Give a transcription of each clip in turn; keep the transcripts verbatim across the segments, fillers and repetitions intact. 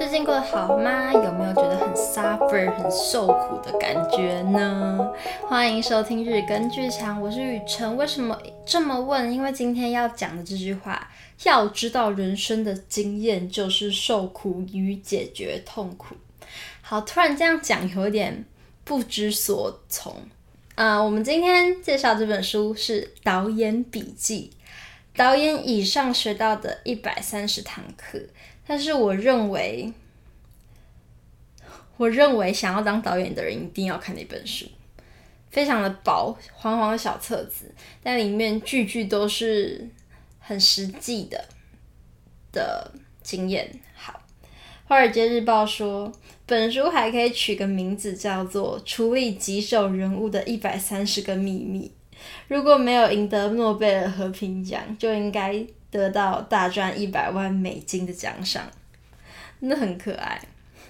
最近过得好吗？有没有觉得很 suffer 很受苦的感觉呢？欢迎收听日更剧场，我是雨辰。为什么这么问？因为今天要讲的这句话，要知道人生的经验就是受苦与解决痛苦。好，突然这样讲有点不知所从。呃，我们今天介绍这本书是《导演笔记》，导演以上学到的一百三十堂课。但是我认为，我认为想要当导演的人一定要看那本书，非常的薄，黄黄的小册子，但里面句句都是很实际的的经验。好，《华尔街日报》说，本书还可以取个名字叫做《处理棘手人物的一百三十个秘密》。如果没有赢得诺贝尔和平奖，就应该得到大赚一百万美金的奖赏，真的很可爱。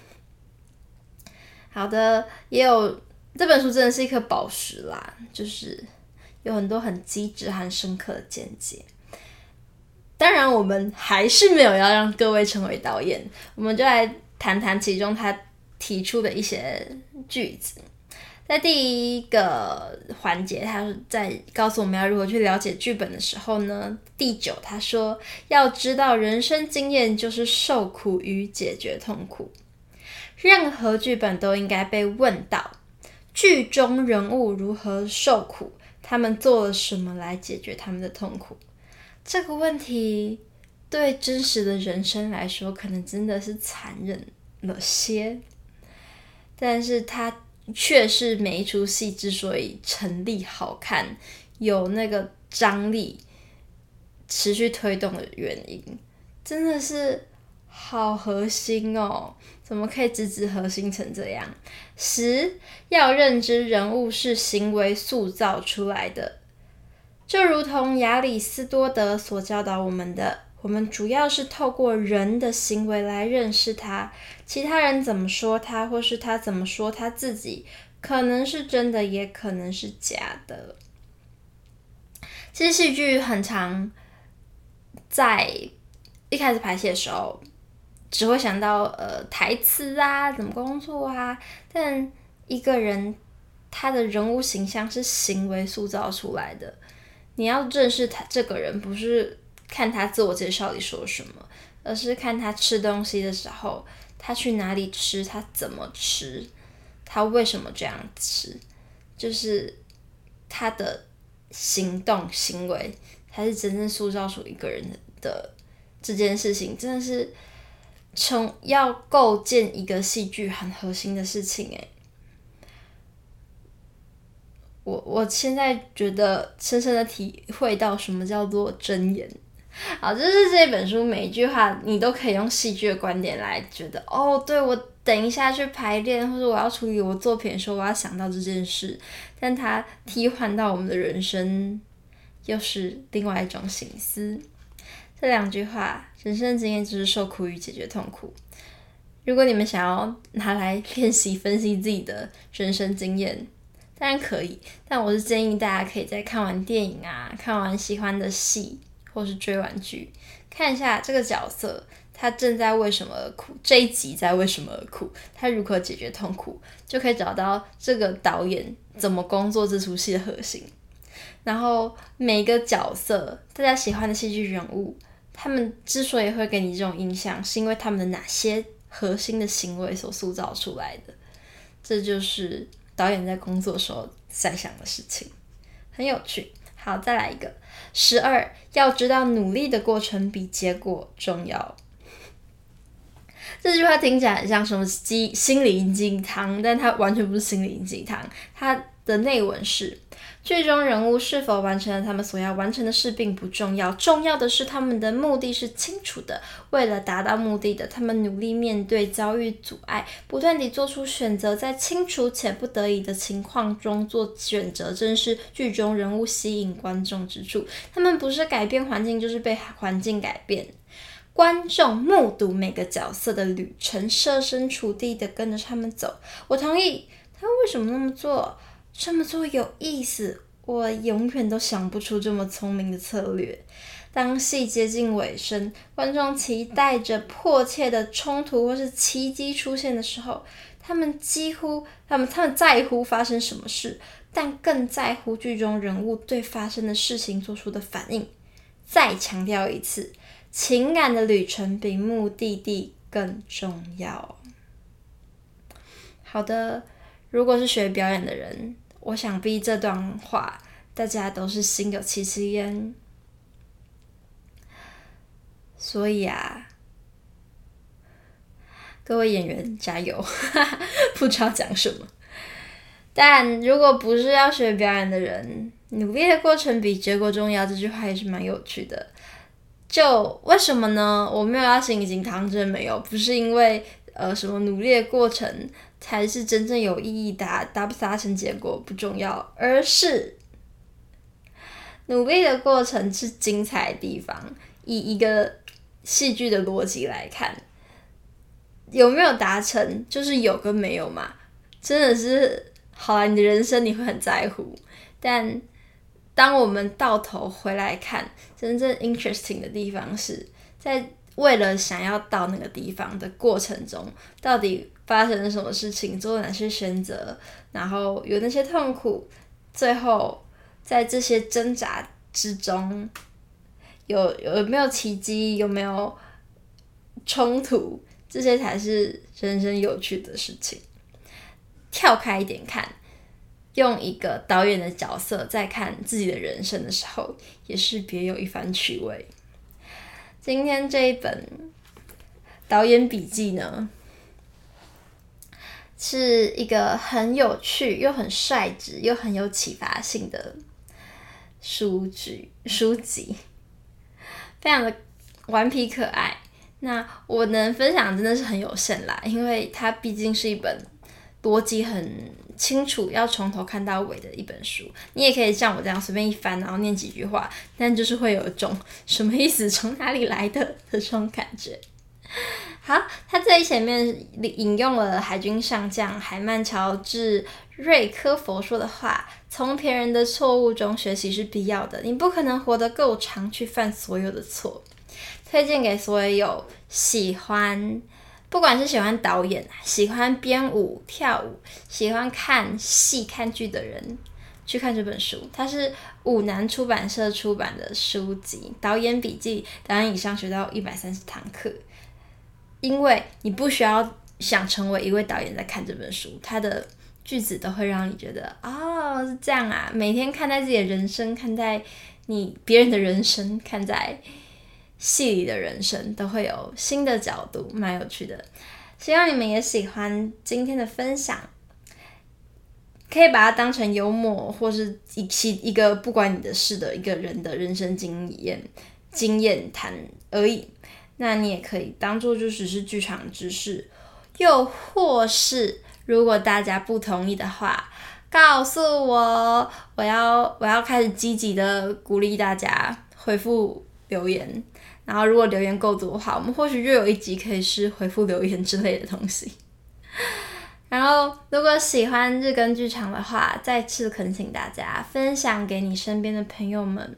好的，也有这本书真的是一颗宝石啦，就是有很多很机智和深刻的见解。当然，我们还是没有要让各位成为导演，我们就来谈谈其中他提出的一些句子。在第一个环节，他在告诉我们要如何去了解剧本的时候呢，第九他说，要知道人生经验就是受苦与解决痛苦。任何剧本都应该被问到，剧中人物如何受苦，他们做了什么来解决他们的痛苦。这个问题对真实的人生来说，可能真的是残忍了些，但是它却是每一出戏之所以成立、好看、有那个张力、持续推动的原因，真的是好核心哦！怎么可以直直核心成这样？十，要认知人物是行为塑造出来的，就如同亚里斯多德所教导我们的，我们主要是透过人的行为来认识他，其他人怎么说他，或是他怎么说他自己，可能是真的，也可能是假的。其实戏剧很常在一开始排戏的时候，只会想到呃台词啊，怎么工作啊，但一个人他的人物形象是行为塑造出来的。你要认识他这个人，不是看他自我介绍里说什么，而是看他吃东西的时候，他去哪里吃，他怎么吃，他为什么这样吃，就是他的行动行为才是真正塑造出一个人的这件事情，真的是从要构建一个戏剧很核心的事情诶。我我现在觉得深深的体会到什么叫做箴言。好，就是这本书每一句话你都可以用戏剧的观点来觉得，哦，对，我等一下去排练或者我要处理我作品的时候，我要想到这件事，但它替换到我们的人生又是另外一种形思。这两句话，人生经验就是受苦与解决痛苦。如果你们想要拿来练习分析自己的人生经验，当然可以，但我是建议大家可以在看完电影啊，看完喜欢的戏，或是追完剧，看一下这个角色他正在为什么而苦，这一集在为什么而苦，他如何解决痛苦，就可以找到这个导演怎么工作这出戏的核心。然后每个角色，大家喜欢的戏剧人物，他们之所以会给你这种印象，是因为他们的哪些核心的行为所塑造出来的。这就是导演在工作的时候在想的事情，很有趣。好，再来一个。十二，要知道努力的过程比结果重要。这句话听起来很像什么心灵鸡汤，但它完全不是心灵鸡汤。它的内文是，剧中人物是否完成了他们所要完成的事并不重要，重要的是他们的目的是清楚的，为了达到目的的，他们努力面对遭遇阻碍，不断地做出选择，在清楚且不得已的情况中做选择，正是剧中人物吸引观众之处。他们不是改变环境，就是被环境改变。观众目睹每个角色的旅程，设身处地的跟着他们走。我同意，他为什么那么做？这么做有意思，我永远都想不出这么聪明的策略。 当戏接近尾声，观众期待着迫切的冲突或是奇迹出现的时候，他们几乎他们他们在乎发生什么事，但更在乎剧中人物对发生的事情做出的反应。再强调一次，情感的旅程比目的地更重要。好的，如果是学表演的人，我想必这段话大家都是心有戚戚焉。所以啊，各位演员加油不知道讲什么。但如果不是要学表演的人，努力的过程比结果重要，这句话也是蛮有趣的。就为什么呢？我没有要心灵鸡汤，真的没有，不是因为呃什么努力的过程才是真正有意义的，达不达成结果不重要，而是努力的过程是精彩的地方。以一个戏剧的逻辑来看，有没有达成就是有跟没有嘛，真的是好啦，你的人生你会很在乎，但当我们到头回来看，真正 interesting 的地方是在为了想要到那个地方的过程中，到底发生了什么事情，做了哪些选择，然后有那些痛苦，最后在这些挣扎之中，有有没有奇迹，有没有冲突，这些才是人生有趣的事情。跳开一点看，用一个导演的角色在看自己的人生的时候，也是别有一番趣味。今天这一本导演笔记呢，是一个很有趣又很率直又很有启发性的书籍书籍非常的顽皮可爱。那我能分享真的是很有限啦，因为它毕竟是一本逻辑很清楚，要从头看到尾的一本书。你也可以像我这样随便一翻，然后念几句话，但就是会有一种什么意思，从哪里来的的这种感觉。好，他这里前面引用了海军上将海曼乔治瑞科佛说的话：从别人的错误中学习是必要的，你不可能活得够长去犯所有的错。推荐给所有喜欢不管是喜欢导演、喜欢编舞、跳舞、喜欢看戏、看剧的人，去看这本书。它是五南出版社出版的书籍，导演笔记，导演以上学到一百三十堂课。因为你不需要想成为一位导演在看这本书，它的句子都会让你觉得哦，是这样啊。每天看待自己的人生，看待你别人的人生，看在戏里的人生，都会有新的角度，蛮有趣的。希望你们也喜欢今天的分享，可以把它当成幽默，或是一一个不关你的事的一个人的人生经验经验谈而已。那你也可以当做就只是剧场知识，又或是如果大家不同意的话，告诉我，我要我要开始积极的鼓励大家回复留言。然后如果留言够多的话，我们或许就有一集可以是回复留言之类的东西。然后如果喜欢日更剧场的话，再次恳请大家分享给你身边的朋友们。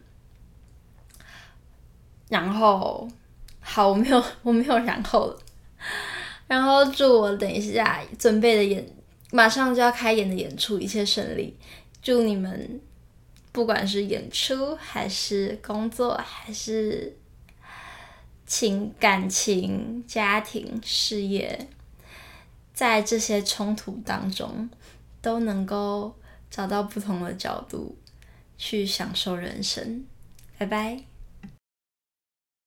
然后好，我没有我没有然后了。然后祝我等一下准备的演马上就要开演的演出一切顺利。祝你们不管是演出还是工作还是情感情、家庭、事业，在这些冲突当中都能够找到不同的角度去享受人生。拜拜。